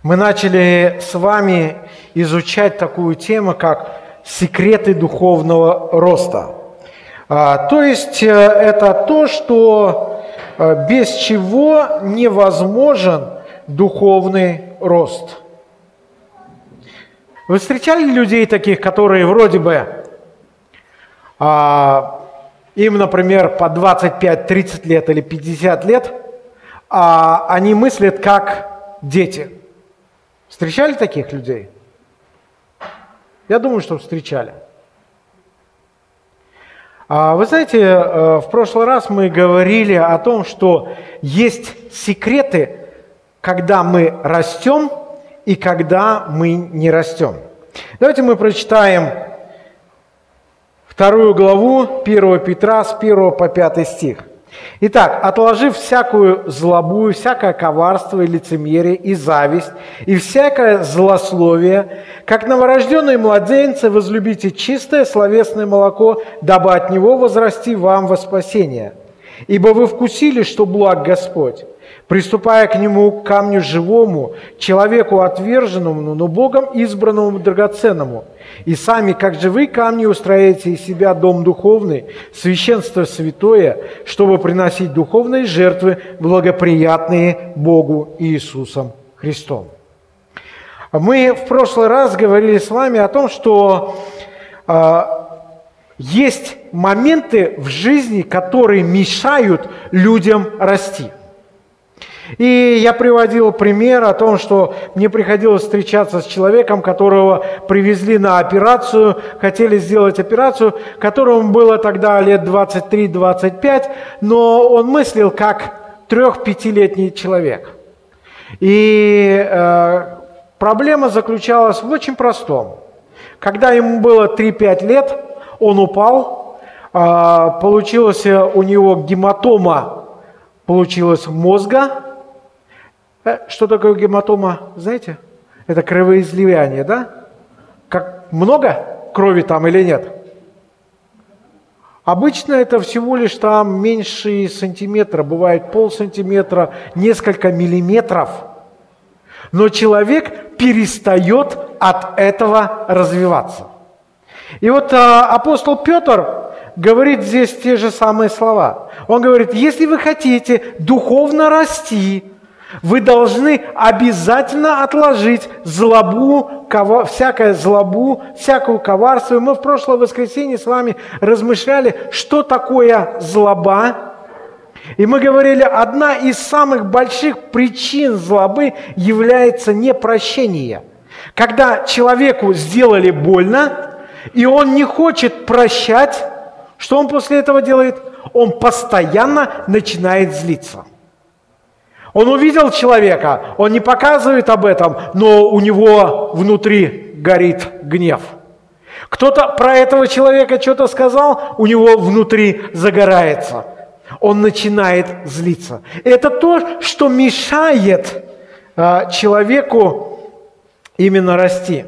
Мы начали с вами изучать такую тему, как секреты духовного роста. То есть это то, что без чего невозможен духовный рост. Вы встречали людей таких, которые вроде бы, им, например, по 25-30 лет или 50 лет, они мыслят как дети? Встречали таких людей? Я думаю, что встречали. Вы знаете, в прошлый раз мы говорили о том, что есть секреты, когда мы растем и когда мы не растем. Давайте мы прочитаем 2 главу 1 Петра с 1 по 5 стих. Итак, отложив всякую злобу, и всякое коварство, и лицемерие, и зависть, и всякое злословие, как новорожденные младенцы, возлюбите чистое словесное молоко, дабы от него возрасти вам во спасение. Ибо вы вкусили, что благ Господь, приступая к нему, к камню живому, человеку отверженному, но Богом избранному драгоценному. И сами, как живые камни, устрояете из себя дом духовный, священство святое, чтобы приносить духовные жертвы, благоприятные Богу Иисусом Христом. Мы в прошлый раз говорили с вами о том, что есть моменты в жизни, которые мешают людям расти. И я приводил пример о том, что мне приходилось встречаться с человеком, которого привезли на операцию, хотели сделать операцию, которому было тогда лет 23-25, но он мыслил как 3-5-летний человек. И проблема заключалась в очень простом. Когда ему было 3-5 лет, он упал, получилась у него гематома, получилась мозга. Что такое гематома, знаете? Это кровоизлияние, да? Как много крови там или нет? Обычно это всего лишь там меньше сантиметра, бывает полсантиметра, несколько миллиметров. Но человек перестает от этого развиваться. И вот апостол Петр говорит здесь те же самые слова. Он говорит, если вы хотите духовно расти, вы должны обязательно отложить злобу, всякую коварство. И мы в прошлое воскресенье с вами размышляли, что такое злоба. И мы говорили, одна из самых больших причин злобы является непрощение. Когда человеку сделали больно, и он не хочет прощать, что он после этого делает? Он постоянно начинает злиться. Он увидел человека, он не показывает об этом, но у него внутри горит гнев. Кто-то про этого человека что-то сказал, у него внутри загорается. Он начинает злиться. Это то, что мешает человеку именно расти.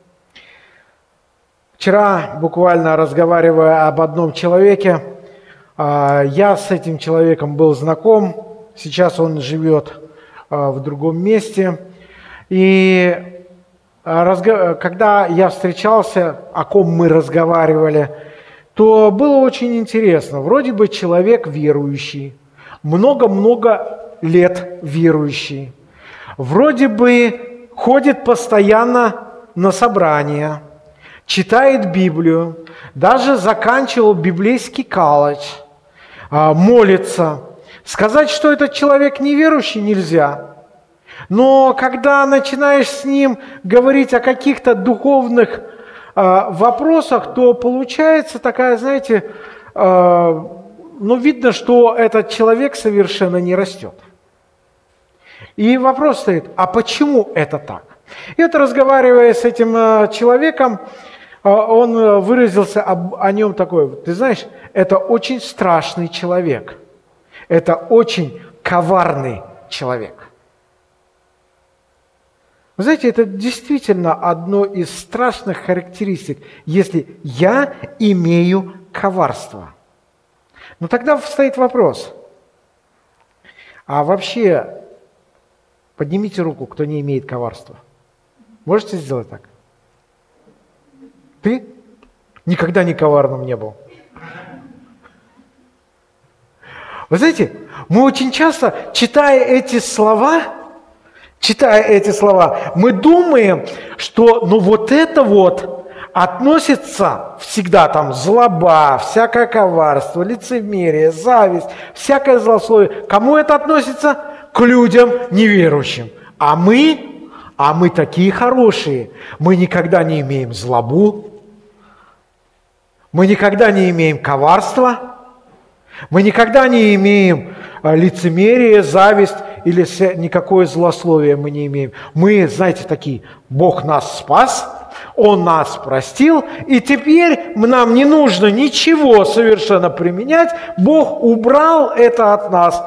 Вчера, буквально разговаривая об одном человеке, я с этим человеком был знаком. Сейчас он живет в другом месте. И когда я встречался, о ком мы разговаривали, то было очень интересно. Вроде бы человек верующий, много-много лет верующий. Вроде бы ходит постоянно на собрания, читает Библию, даже заканчивал библейский колледж, молится. Сказать, что этот человек неверующий, нельзя. Но когда начинаешь с ним говорить о каких-то духовных вопросах, то получается такая, знаете, видно, что этот человек совершенно не растет. И вопрос стоит, а почему это так? И вот разговаривая с этим человеком, он выразился о нем такое, ты знаешь, это очень страшный человек. Это очень коварный человек. Вы знаете, это действительно одно из страшных характеристик, если я имею коварство. Но тогда встает вопрос, а вообще Поднимите руку, кто не имеет коварства. Можете сделать так? Ты? Никогда не коварным не был. Вы знаете, мы очень часто, читая эти слова, мы думаем, что вот это вот относится всегда там злоба, всякое коварство, лицемерие, зависть, всякое злословие. Кому это относится? К людям неверующим. А мы такие хорошие. Мы никогда не имеем злобу, мы никогда не имеем коварства, мы никогда не имеем лицемерие, зависть или никакое злословие мы не имеем. Мы, знаете, такие, Бог нас спас, Он нас простил, и теперь нам не нужно ничего совершенно применять, Бог убрал это от нас.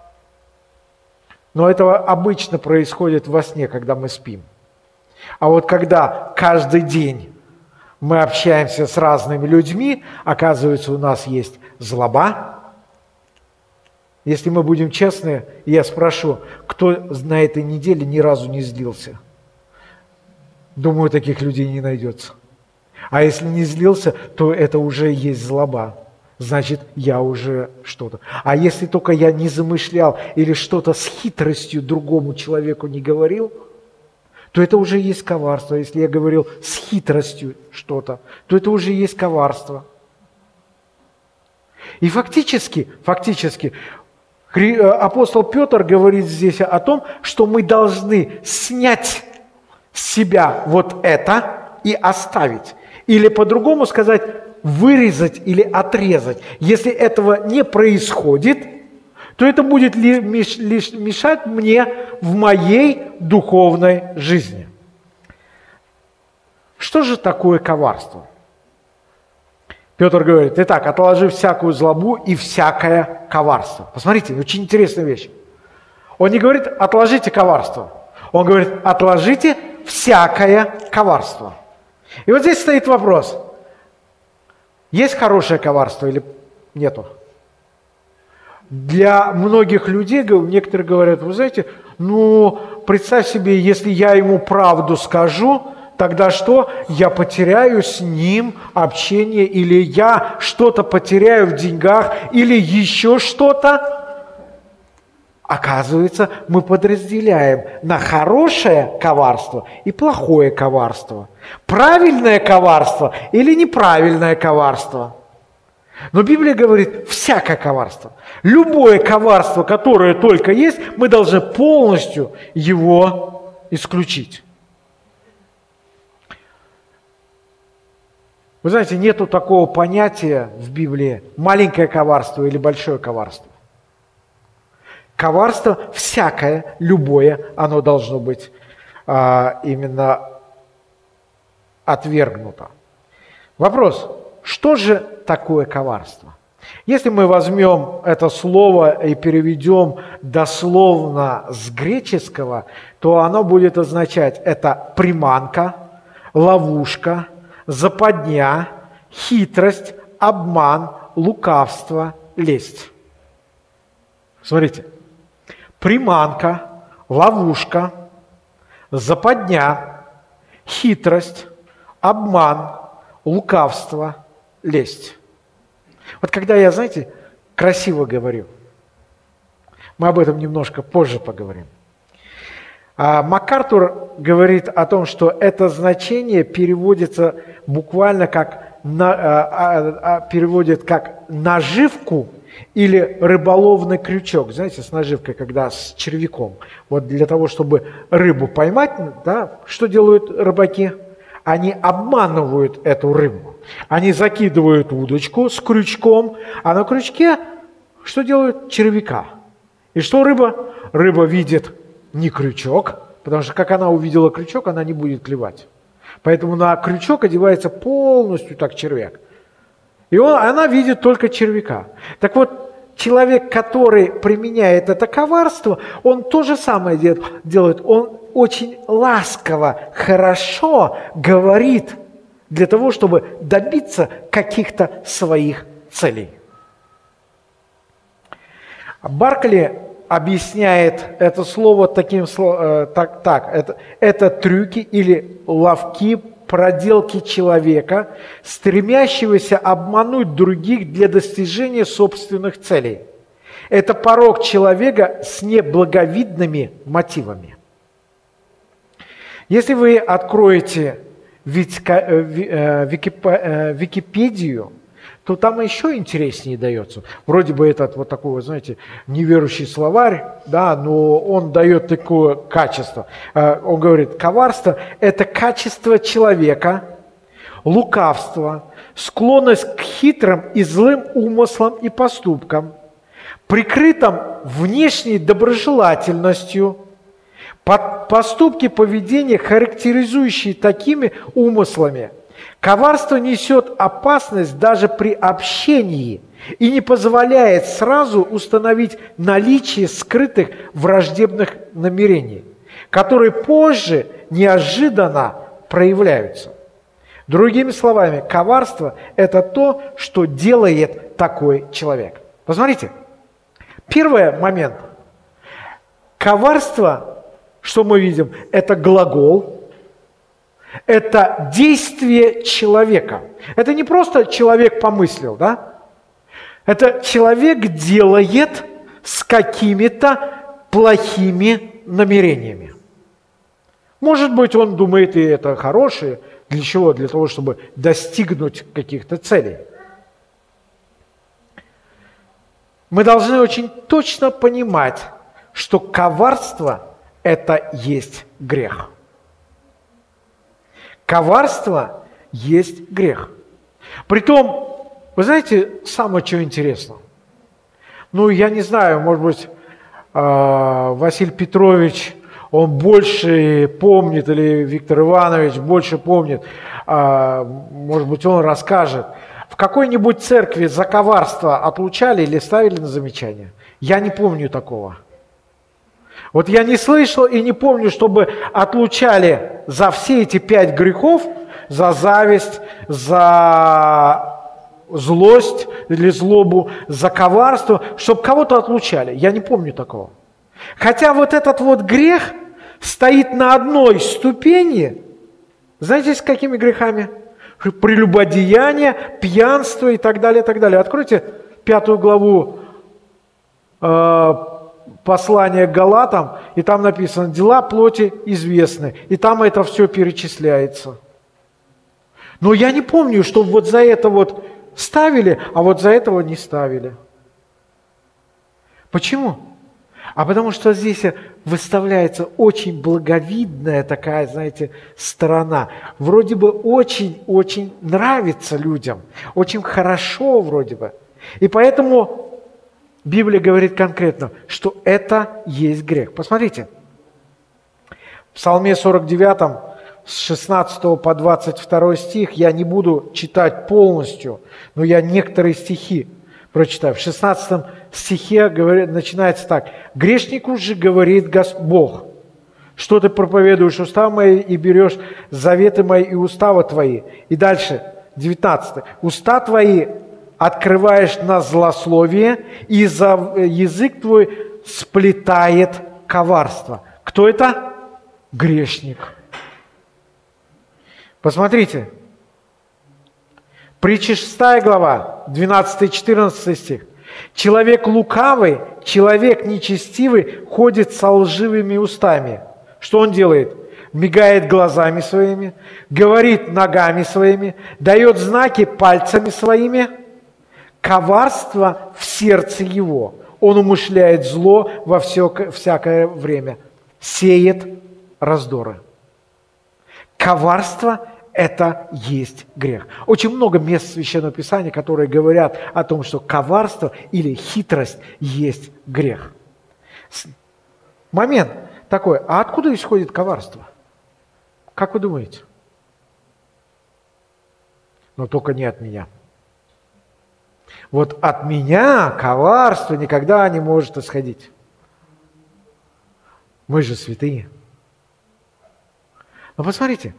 Но это обычно происходит во сне, когда мы спим. А вот когда каждый день мы общаемся с разными людьми, оказывается, у нас есть злоба. Если мы будем честны, я спрошу, кто на этой неделе ни разу не злился? Думаю, таких людей не найдется. А если не злился, то это уже есть злоба. Значит, я уже что-то. А если только я не замышлял или что-то с хитростью другому человеку не говорил, то это уже есть коварство. Если я говорил с хитростью что-то, то это уже есть коварство. И фактически, апостол Петр говорит здесь о том, что мы должны снять с себя вот это и оставить. Или по-другому сказать, вырезать или отрезать. Если этого не происходит, то это будет лишь мешать мне в моей духовной жизни. Что же такое коварство? Петр говорит, итак, отложи всякую злобу и всякое коварство. Посмотрите, очень интересная вещь. Он не говорит, отложите коварство. Он говорит, отложите всякое коварство. И вот здесь стоит вопрос. Есть хорошее коварство или нету? Для многих людей, некоторые говорят, вы знаете, представь себе, если я ему правду скажу, тогда что? Я потеряю с ним общение, или я что-то потеряю в деньгах, или еще что-то. Оказывается, мы подразделяем на хорошее коварство и плохое коварство. Правильное коварство или неправильное коварство. Но Библия говорит, всякое коварство. Любое коварство, которое только есть, мы должны полностью его исключить. Вы знаете, нету такого понятия в Библии маленькое коварство или большое коварство. Коварство всякое, любое, оно должно быть именно отвергнуто. Вопрос, что же такое коварство? Если мы возьмем это слово и переведем дословно с греческого, то оно будет означать это приманка, ловушка, западня, хитрость, обман, лукавство, лесть. Смотрите. Приманка, ловушка, западня, хитрость, обман, лукавство, лесть. Вот когда я, знаете, красиво говорю, мы об этом немножко позже поговорим. МакАртур говорит о том, что это значение переводится буквально как наживку или рыболовный крючок. Знаете, с наживкой, когда с червяком. Вот для того, чтобы рыбу поймать, да, что делают рыбаки? Они обманывают эту рыбу. Они закидывают удочку с крючком, а на крючке что делают? Червяка. И что рыба? Рыба видит не крючок, потому что как она увидела крючок, она не будет клевать. Поэтому на крючок одевается полностью так червяк. И она видит только червяка. Так вот, человек, который применяет это коварство, он то же самое делает. Он очень ласково, хорошо говорит для того, чтобы добиться каких-то своих целей. Баркли объясняет это слово это трюки или ловки, проделки человека, стремящегося обмануть других для достижения собственных целей. Это порок человека с неблаговидными мотивами. Если вы откроете Википедию, то там еще интереснее дается. Вроде бы этот вот такой, знаете, неверующий словарь, да, но он дает такое качество. Он говорит, коварство – это качество человека, лукавство, склонность к хитрым и злым умыслам и поступкам, прикрытым внешней доброжелательностью, поступки поведения, характеризующие такими умыслами. Коварство несет опасность даже при общении и не позволяет сразу установить наличие скрытых враждебных намерений, которые позже неожиданно проявляются. Другими словами, коварство – это то, что делает такой человек. Посмотрите, первый момент. Коварство, что мы видим, это глагол. Это действие человека. Это не просто человек помыслил, да? Это человек делает с какими-то плохими намерениями. Может быть, он думает, и это хорошее. Для чего? Для того, чтобы достигнуть каких-то целей. Мы должны очень точно понимать, что коварство – это есть грех. Коварство есть грех. Притом, вы знаете, самое что интересно? Ну, я не знаю, может быть, Василий Петрович, он больше помнит, или Виктор Иванович больше помнит, может быть, он расскажет. В какой-нибудь церкви за коварство отлучали или ставили на замечание? Я не помню такого. Вот я не слышал и не помню, чтобы отлучали за все эти 5 грехов, за зависть, за злость или злобу, за коварство, чтобы кого-то отлучали. Я не помню такого. Хотя вот этот вот грех стоит на одной ступени, знаете, с какими грехами? Прелюбодеяние, пьянство и так далее, и так далее. Откройте 5 главу послание к Галатам, и там написано, дела плоти известны, и там это все перечисляется. Но я не помню, что вот за это вот ставили, а вот за этого не ставили. Почему? А потому что здесь выставляется очень благовидная такая, знаете, сторона. Вроде бы очень-очень нравится людям, очень хорошо вроде бы. И поэтому Библия говорит конкретно, что это есть грех. Посмотрите, в Псалме 49, с 16 по 22 стих, я не буду читать полностью, но я некоторые стихи прочитаю. В 16 стихе начинается так. «Грешнику же говорит Бог, что ты проповедуешь уста мои и берешь заветы мои и уставы твои». И дальше, 19. «Уста твои открываешь на злословие, и за язык твой сплетает коварство». Кто это? Грешник. Посмотрите. Притча 6 глава, 12-14 стих. «Человек лукавый, человек нечестивый ходит со лживыми устами». Что он делает? Мигает глазами своими, говорит ногами своими, дает знаки пальцами своими. Коварство в сердце его. Он умышляет зло во всякое время. Сеет раздоры. Коварство – это есть грех. Очень много мест Священного Писания, которые говорят о том, что коварство или хитрость есть грех. Момент такой, а откуда исходит коварство? Как вы думаете? Но только не от меня. Вот от меня коварство никогда не может исходить. Мы же святые. Но посмотрите,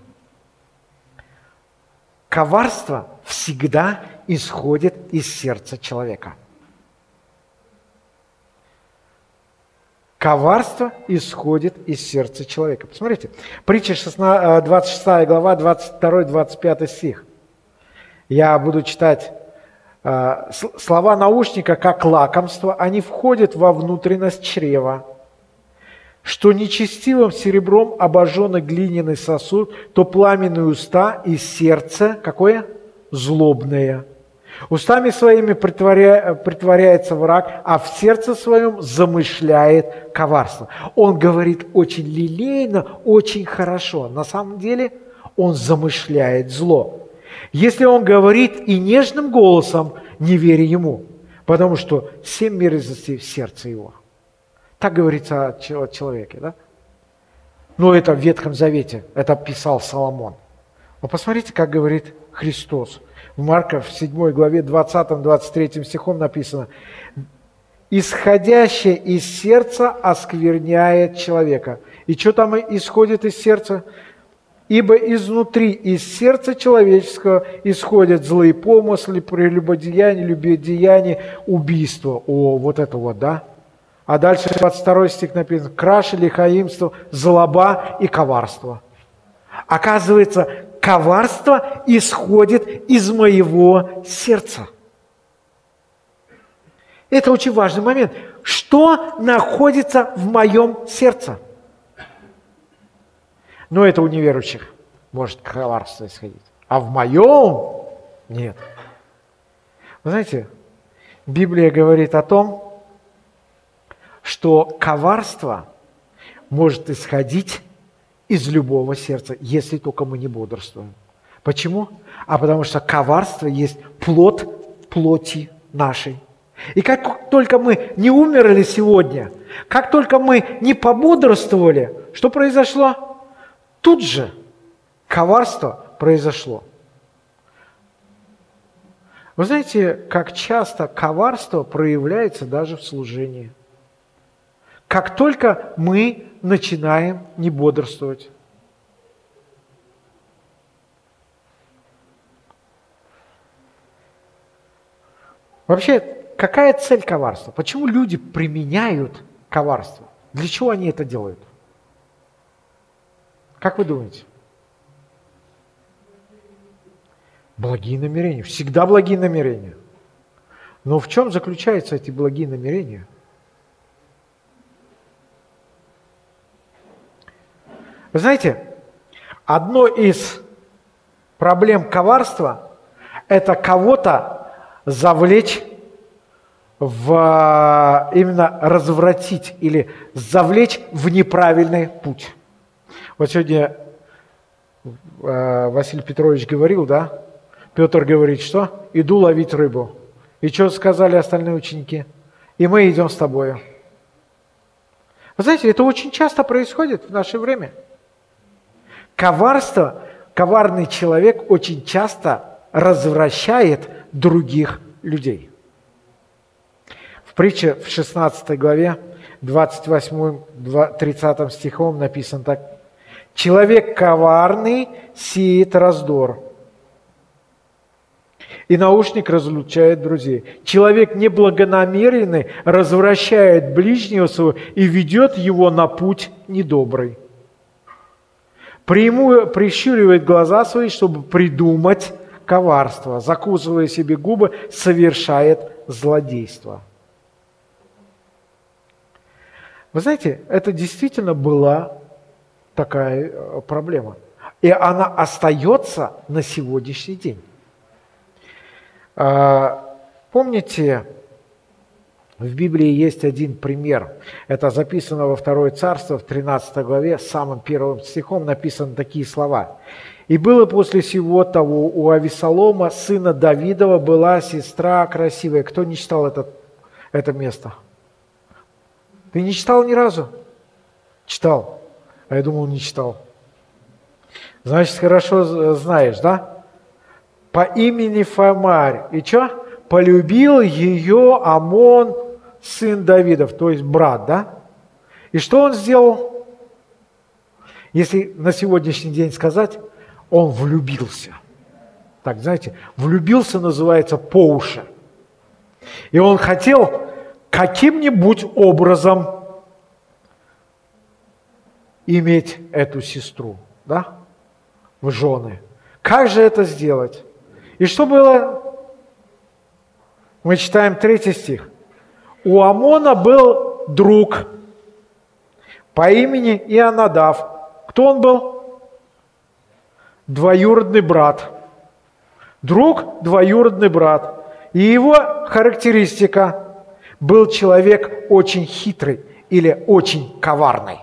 коварство всегда исходит из сердца человека. коварство исходит из сердца человека. Посмотрите, притча 26 глава, 22-25 стих. Я буду читать слова наушника как лакомство, они входят во внутренность чрева. Что нечестивым серебром обожженный глиняный сосуд, то пламенные уста и сердце, какое? Злобное. Устами своими притворяется враг, а в сердце своем замышляет коварство. Он говорит очень лилейно, очень хорошо. На самом деле он замышляет зло. Если он говорит и нежным голосом, не верь ему, потому что 7 мерзостей в сердце его. Так говорится о человеке, да? Но это в Ветхом Завете, это писал Соломон. Но посмотрите, как говорит Христос. В Марка в 7 главе 20-23 стихом написано: «Исходящее из сердца оскверняет человека». И что там исходит из сердца? «Ибо изнутри, из сердца человеческого исходят злые помыслы, прелюбодеяние, любодеяние, убийство». О, вот это вот, да? А дальше 22 стих написано: «Краше, лихаимство, злоба и коварство». Оказывается, коварство исходит из моего сердца. Это очень важный момент. Что находится в моем сердце? Но это у неверующих может коварство исходить. А в моем нет. Вы знаете, Библия говорит о том, что коварство может исходить из любого сердца, если только мы не бодрствуем. Почему? А потому что коварство есть плод плоти нашей. И как только мы не умерли сегодня, как только мы не пободрствовали, что произошло? Тут же коварство произошло. Вы знаете, как часто коварство проявляется даже в служении. Как только мы начинаем не бодрствовать. Вообще, какая цель коварства? Почему люди применяют коварство? Для чего они это делают? Как вы думаете? Благие намерения. Всегда благие намерения. Но в чем заключаются эти благие намерения? Вы знаете, одно из проблем коварства – это кого-то завлечь именно развратить или завлечь в неправильный путь. Вот сегодня Василий Петрович говорил, да? Петр говорит, что? Иду ловить рыбу. И что сказали остальные ученики? И мы идем с тобою. Вы знаете, это очень часто происходит в наше время. Коварство, коварный человек очень часто развращает других людей. В притче в 16 главе, 28-30 стихом написано так: «Человек коварный сеет раздор, и наушник разлучает друзей. Человек неблагонамеренный развращает ближнего своего и ведет его на путь недобрый. Прищуривает глаза свои, чтобы придумать коварство, закусывая себе губы, совершает злодейство». Вы знаете, это действительно была такая проблема. И она остается на сегодняшний день. Помните, в Библии есть один пример. Это записано во Второе Царство, в 13 главе, самым первым стихом написаны такие слова. «И было после всего того у Авесолома, сына Давидова, была сестра красивая». Кто не читал это место? Ты не читал ни разу? Читал. А я думал, не читал. Значит, хорошо знаешь, да? По имени Фомарь. И что? Полюбил ее Амон, сын Давидов, то есть брат, да? И что он сделал? Если на сегодняшний день сказать, он влюбился. Так, знаете, влюбился называется по уши. И он хотел каким-нибудь образом иметь эту сестру, да, в жены. Как же это сделать? И что было? Мы читаем 3 стих. У Амона был друг по имени Ионадав. Кто он был? Двоюродный брат. Друг, двоюродный брат. И его характеристика: был человек очень хитрый или очень коварный.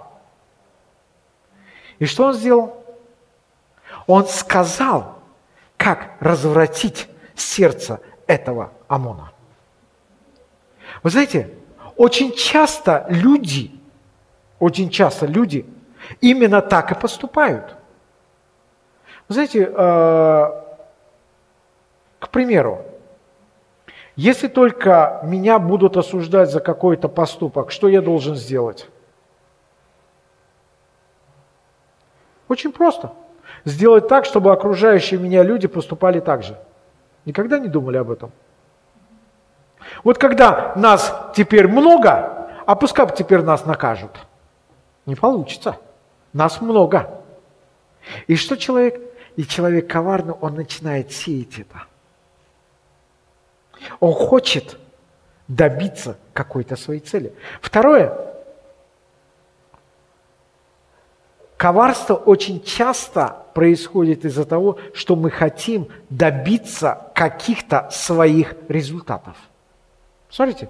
И что он сделал? Он сказал, как развратить сердце этого Амона. Вы знаете, очень часто люди именно так и поступают. Вы знаете, к примеру, если только меня будут осуждать за какой-то поступок, что я должен сделать? Очень просто. Сделать так, чтобы окружающие меня люди поступали так же. Никогда не думали об этом? Вот когда нас теперь много, а пускай теперь нас накажут. Не получится. Нас много. И что человек? И человек коварный, он начинает сеять это. Он хочет добиться какой-то своей цели. Второе. Коварство очень часто происходит из-за того, что мы хотим добиться каких-то своих результатов. Смотрите.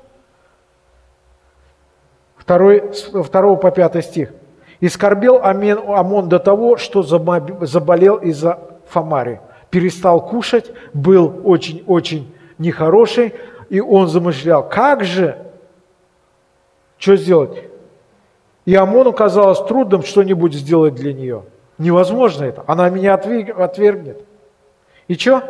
2 по 5 стих. «И скорбел Амон до того, что заболел из-за Фамари. Перестал кушать, был очень-очень нехороший, и он замышлял, как же, что сделать? И Амону казалось трудным что-нибудь сделать для нее. Невозможно это. Она меня отвергнет. И что?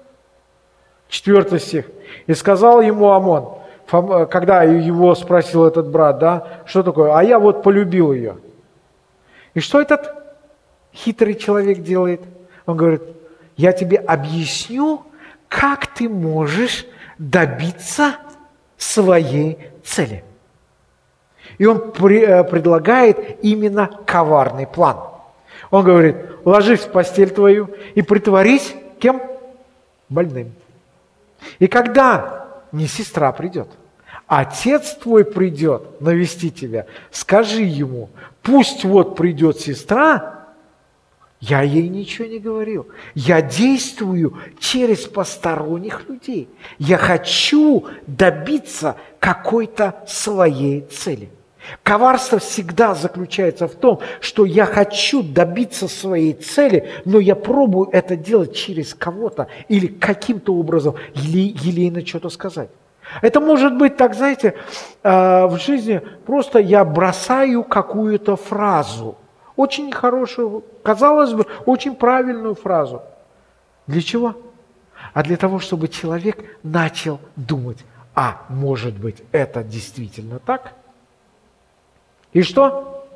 4 стих. «И сказал ему Амон», когда его спросил этот брат, да, что такое? «А я вот полюбил ее». И что этот хитрый человек делает? Он говорит, я тебе объясню, как ты можешь добиться своей цели. И он предлагает именно коварный план. Он говорит, ложись в постель твою и притворись кем? Больным. И когда не сестра придет, отец твой придет навестить тебя, скажи ему, пусть вот придет сестра, я ей ничего не говорил. Я действую через посторонних людей. Я хочу добиться какой-то своей цели. Коварство всегда заключается в том, что я хочу добиться своей цели, но я пробую это делать через кого-то или каким-то образом елейно что-то сказать. Это может быть, так знаете, в жизни просто я бросаю какую-то фразу, очень хорошую, казалось бы, очень правильную фразу. Для чего? А для того, чтобы человек начал думать, а может быть, это действительно так? И что?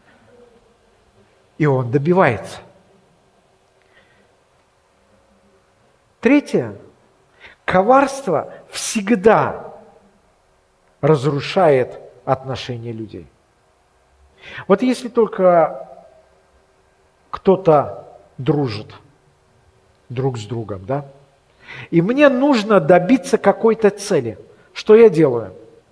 И он добивается. 3. Коварство всегда разрушает отношения людей. Вот если только кто-то дружит друг с другом, да, и мне нужно добиться какой-то цели, что я делаю?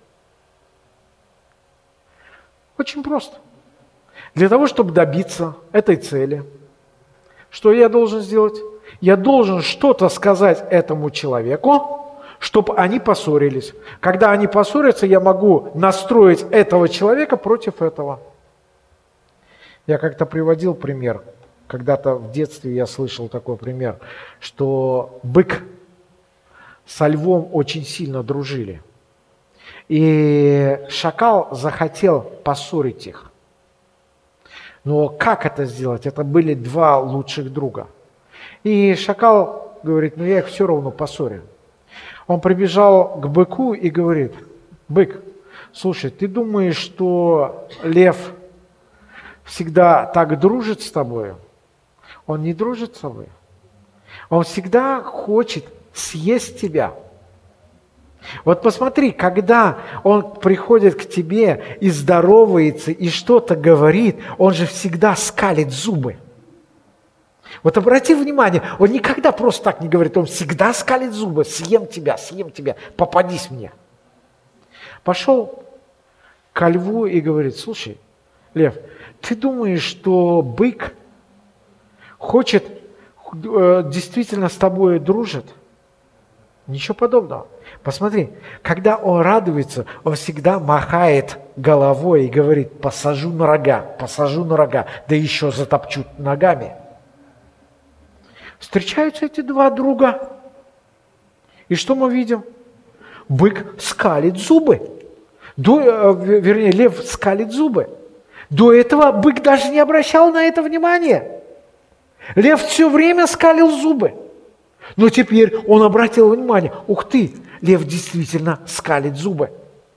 Очень просто. Для того, чтобы добиться этой цели, что я должен сделать? Я должен что-то сказать этому человеку, чтобы они поссорились. Когда они поссорятся, я могу настроить этого человека против этого. Я как-то приводил пример. Когда-то в детстве я слышал такой пример, что бык со львом очень сильно дружили. И шакал захотел поссорить их. Но как это сделать? Это были 2 лучших друга. И шакал говорит, я их все равно поссорю. Он прибежал к быку и говорит, бык, слушай, ты думаешь, что лев всегда так дружит с тобой? Он не дружит с тобой. Он всегда хочет съесть тебя. Вот посмотри, когда он приходит к тебе и здоровается, и что-то говорит, он же всегда скалит зубы. Вот обрати внимание, он никогда просто так не говорит, он всегда скалит зубы, съем тебя, попадись мне. Пошел ко льву и говорит, слушай, лев, ты думаешь, что бык хочет, действительно с тобой дружит? Ничего подобного. Посмотри, когда он радуется, он всегда махает головой и говорит, посажу на рога, да еще затопчу ногами. Встречаются эти два друга. И что мы видим? Бык скалит зубы. Лев скалит зубы. До этого бык даже не обращал на это внимания. Лев все время скалил зубы. Но теперь он обратил внимание. Ух ты, лев действительно скалит зубы.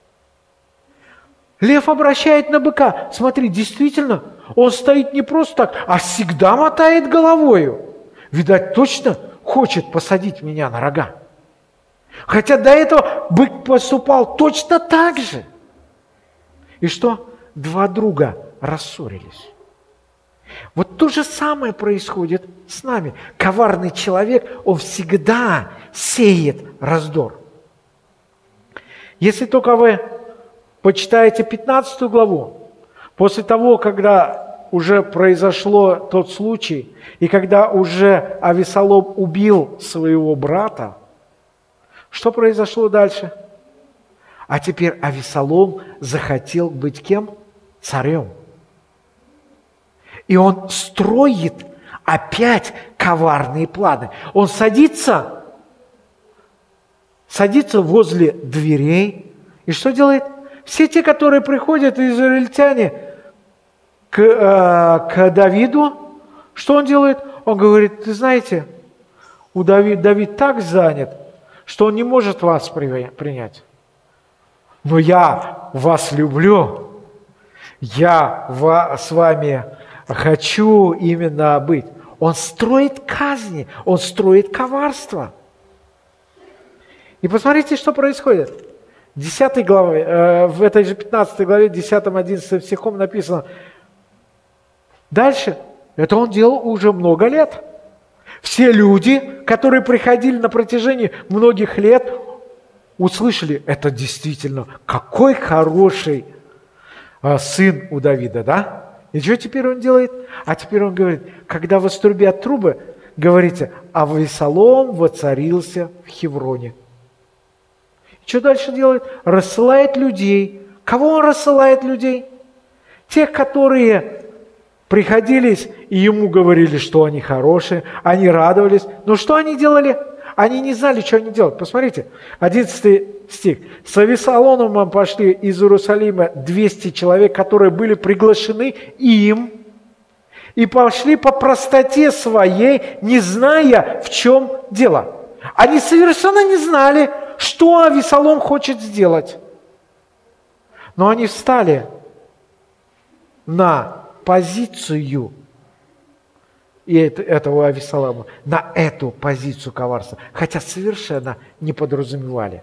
Лев обращает на быка. Смотри, действительно, он стоит не просто так, а всегда мотает головою. Видать, точно хочет посадить меня на рога. Хотя до этого бык поступал точно так же. И что? Два друга рассорились. Вот то же самое происходит с нами. Коварный человек, он всегда сеет раздор. Если только вы почитаете 15 главу, после того, когда уже произошло тот случай, и когда уже Авесолом убил своего брата, что произошло дальше? А теперь Авесолом захотел быть кем? Царем. И он строит опять коварные планы. Он садится возле дверей. И что делает? Все те, которые приходят, израильтяне, к Давиду, что он делает? Он говорит, ты знаете, Давид так занят, что он не может вас принять. Но я вас люблю, я с вами хочу именно быть. Он строит казни, он строит коварство. И посмотрите, что происходит. В 10 главе, в этой же 15 главе, 10-11 стихом написано, дальше, это он делал уже много лет. Все люди, которые приходили на протяжении многих лет, услышали, это действительно, какой хороший сын у Давида, да? И что теперь он делает? А теперь он говорит, когда вострубят трубы, говорите, Авесолом воцарился в Хевроне. И что дальше делает? Рассылает людей. Кого он рассылает людей? Тех, которые приходились и ему говорили, что они хорошие, они радовались. Но что они делали? Они не знали, что они делают. Посмотрите, 11 стих. С Авесоломом пошли из Иерусалима 200 человек, которые были приглашены им, и пошли по простоте своей, не зная, в чем дело. Они совершенно не знали, что Авесолом хочет сделать. Но они встали на позицию и этого Авесолома, на эту позицию коварства, хотя совершенно не подразумевали.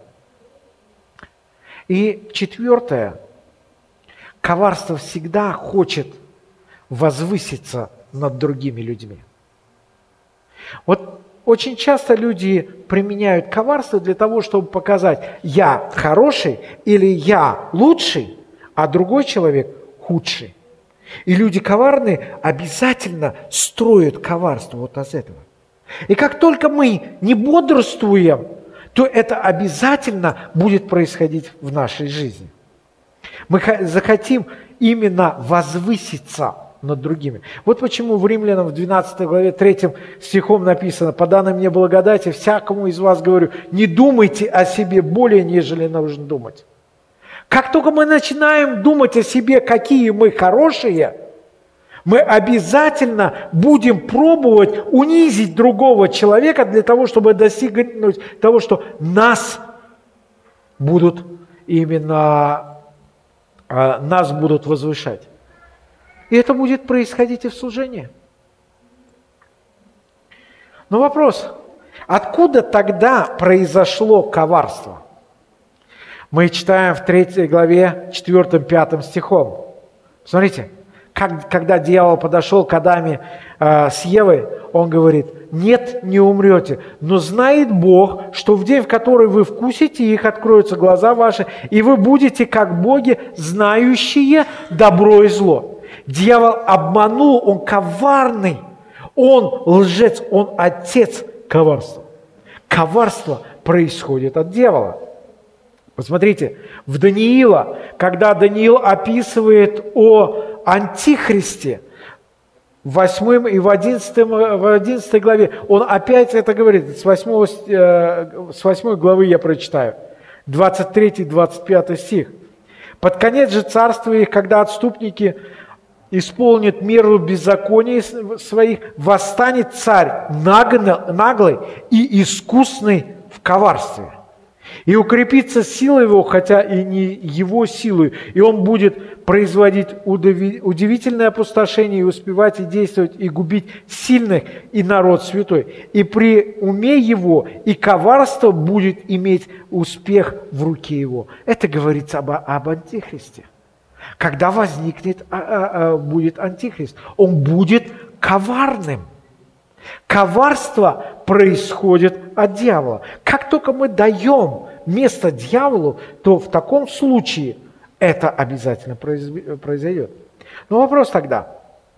И четвертое, коварство всегда хочет возвыситься над другими людьми. Вот очень часто люди применяют коварство для того, чтобы показать, я хороший или я лучший, а другой человек худший. И люди коварные обязательно строят коварство вот из этого. И как только мы не бодрствуем, то это обязательно будет происходить в нашей жизни. Мы захотим именно возвыситься над другими. Вот почему в Римлянам в 12 главе 3 стихом написано: «По данной мне благодати всякому из вас говорю, не думайте о себе более, нежели нужно думать». Как только мы начинаем думать о себе, какие мы хорошие, мы обязательно будем пробовать унизить другого человека для того, чтобы достигнуть того, что нас будут возвышать. И это будет происходить и в служении. Но вопрос, откуда тогда произошло коварство? Мы читаем в 3 главе 4-5 стихом. Смотрите, когда дьявол подошел к Адаме с Евой, он говорит: «Нет, не умрете, но знает Бог, что в день, в который вы вкусите их, откроются глаза ваши, и вы будете как боги, знающие добро и зло». Дьявол обманул, он коварный, он лжец, он отец коварства. Коварство происходит от дьявола. Посмотрите, в Даниила, когда Даниил описывает о Антихристе, в 8 и в 11 главе, он опять это говорит, с 8 главы я прочитаю, 23-25 стих. «Под конец же царствия их, когда отступники исполнит меру беззаконий своих, восстанет царь наглый и искусный в коварстве. И укрепится сила его, хотя и не его силой, и он будет производить удивительное опустошение, и успевать и действовать, и губить сильных, и народ святой. И при уме его и коварство будет иметь успех в руке его». Это говорится об Антихристе. Когда возникнет, будет Антихрист, он будет коварным. Коварство происходит от дьявола. Как только мы даем место дьяволу, то в таком случае это обязательно произойдет. Но вопрос тогда: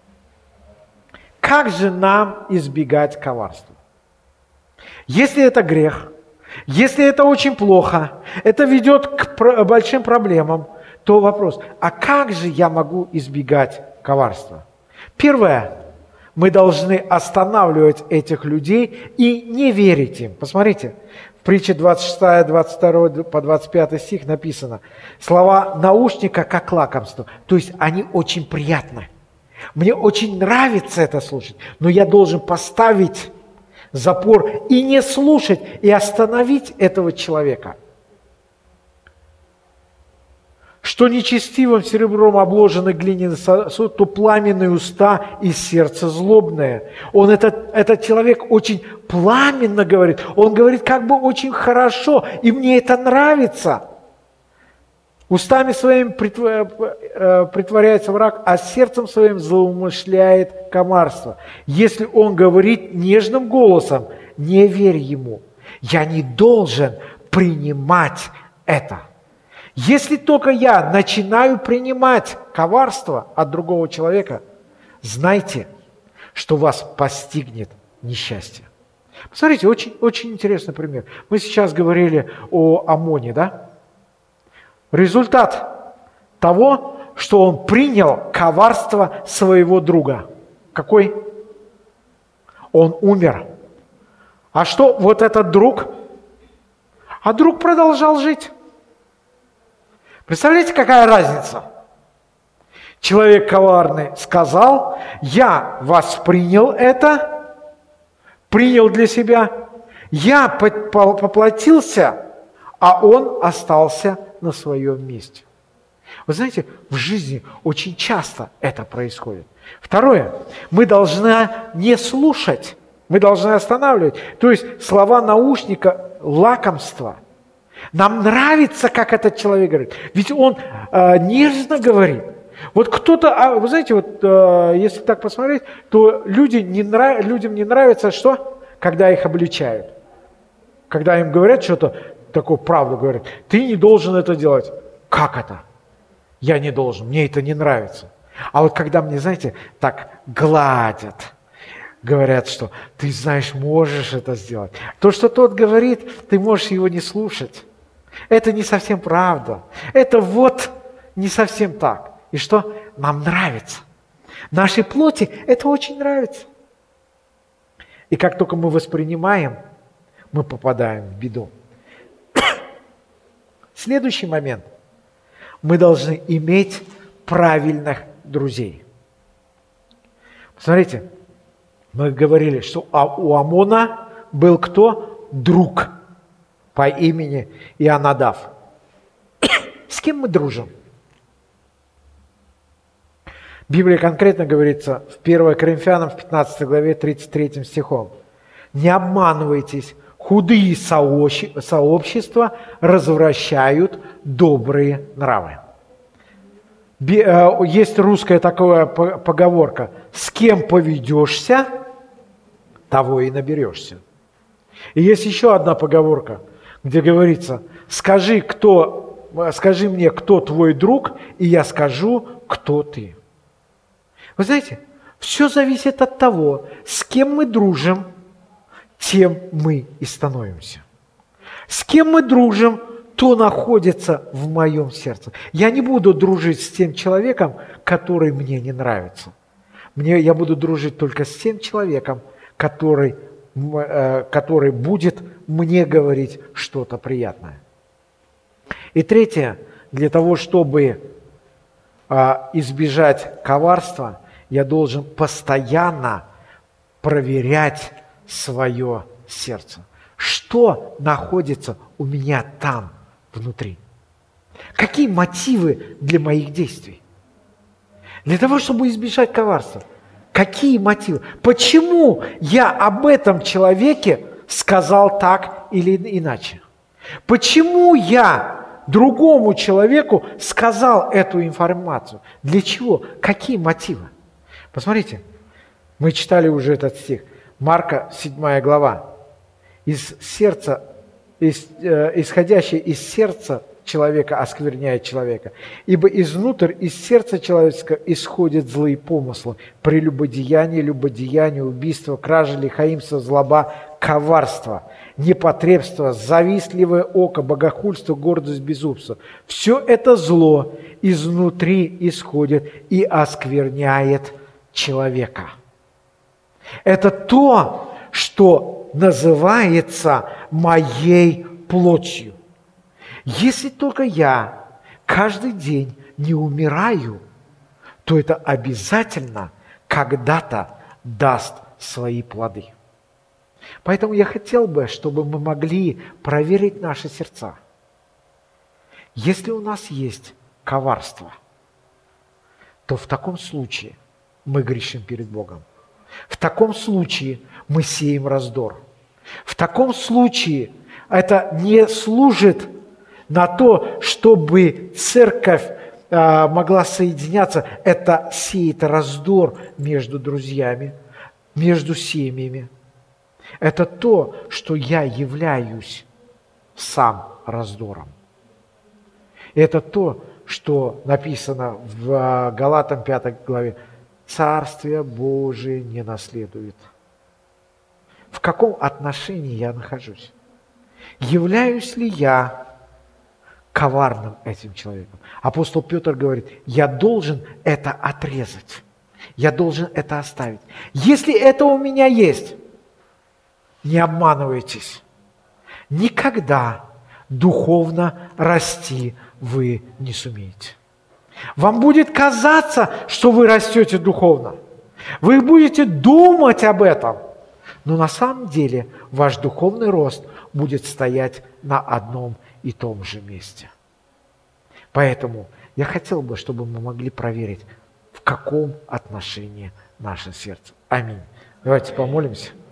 как же нам избегать коварства? Если это грех, если это очень плохо, это ведет к большим проблемам, то вопрос: а как же я могу избегать коварства? Первое. Мы должны останавливать этих людей и не верить им. Посмотрите, в притче 26, 22 по 25 стих написано: слова наушника как лакомство. То есть они очень приятны. Мне очень нравится это слушать, но я должен поставить запор и не слушать, и остановить этого человека. Что нечестивым серебром обложены глиняный сосуд, то пламенные уста и сердце злобное. Этот человек очень пламенно говорит. Он говорит как бы очень хорошо, и мне это нравится. Устами своими притворяется враг, а сердцем своим злоумышляет коварство. Если он говорит нежным голосом, не верь ему. Я не должен принимать это. Если только я начинаю принимать коварство от другого человека, знайте, что вас постигнет несчастье. Посмотрите, очень, очень интересный пример. Мы сейчас говорили о Амоне, да? Результат того, что он принял коварство своего друга. Какой? Он умер. А что вот этот друг? А друг продолжал жить. Представляете, какая разница? Человек коварный сказал: я воспринял это, принял для себя, я поплатился, а он остался на своем месте. Вы знаете, в жизни очень часто это происходит. Второе, мы должны не слушать, мы должны останавливать. То есть слова наушника – лакомство. Нам нравится, как этот человек говорит. Ведь он нежно говорит. Вот кто-то, вы знаете, вот если так посмотреть, то людям не нравится что? Когда их обличают. Когда им говорят что-то, такую правду говорят, ты не должен это делать. Как это? Я не должен, мне это не нравится. А вот когда мне, знаете, так гладят, говорят, что ты знаешь, можешь это сделать. То, что тот говорит, ты можешь его не слушать. Это не совсем правда. Это вот не совсем так. И что? Нам нравится. Нашей плоти это очень нравится. И как только мы воспринимаем, мы попадаем в беду. Следующий момент. Мы должны иметь правильных друзей. Посмотрите, мы говорили, что у Амона был кто? Друг по имени Ионадав. С кем мы дружим? Библия конкретно говорится в 1 Коринфянам, в 15 главе, 33 стихом. «Не обманывайтесь, Худые сообщества развращают добрые нравы. Есть русская такая поговорка: «С кем поведешься, того и наберешься». И есть еще одна поговорка, где говорится: скажи мне, кто твой друг, и я скажу, кто ты. Вы знаете, все зависит от того, с кем мы дружим, тем мы и становимся. С кем мы дружим, то находится в моем сердце. Я не буду дружить с тем человеком, который мне не нравится. Я буду дружить только с тем человеком, который будет мне говорить что-то приятное. И третье, для того, чтобы избежать коварства, я должен постоянно проверять свое сердце. Что находится у меня там внутри? Какие мотивы для моих действий? Для того, чтобы избежать коварства. Какие мотивы? Почему я об этом человеке сказал так или иначе? Почему я другому человеку сказал эту информацию? Для чего? Какие мотивы? Посмотрите, мы читали уже этот стих. Марка, 7 глава. Исходящее из сердца человека оскверняет человека. Ибо изнутрь, из сердца человеческого исходят злые помыслы: прелюбодеяние, любодеяние, убийство, кража, лихаимство, злоба, коварство, непотребство, завистливое око, богохульство, гордость, безумство. Все это зло изнутри исходит и оскверняет человека. Это то, что называется моей плотью. Если только я каждый день не умираю, то это обязательно когда-то даст свои плоды. Поэтому я хотел бы, чтобы мы могли проверить наши сердца. Если у нас есть коварство, то в таком случае мы грешим перед Богом. В таком случае мы сеем раздор. В таком случае это не служит на то, чтобы церковь могла соединяться. Это сеет раздор между друзьями, между семьями. Это то, что я являюсь сам раздором. Это то, что написано в Галатам 5 главе. Царствие Божие не наследует. В каком отношении я нахожусь? Являюсь ли я коварным этим человеком? Апостол Петр говорит: я должен это отрезать. Я должен это оставить. Если это у меня есть, не обманывайтесь. Никогда духовно расти вы не сумеете. Вам будет казаться, что вы растете духовно. Вы будете думать об этом. Но на самом деле ваш духовный рост будет стоять на одном и том же месте. Поэтому я хотел бы, чтобы мы могли проверить, в каком отношении наше сердце. Аминь. Давайте помолимся.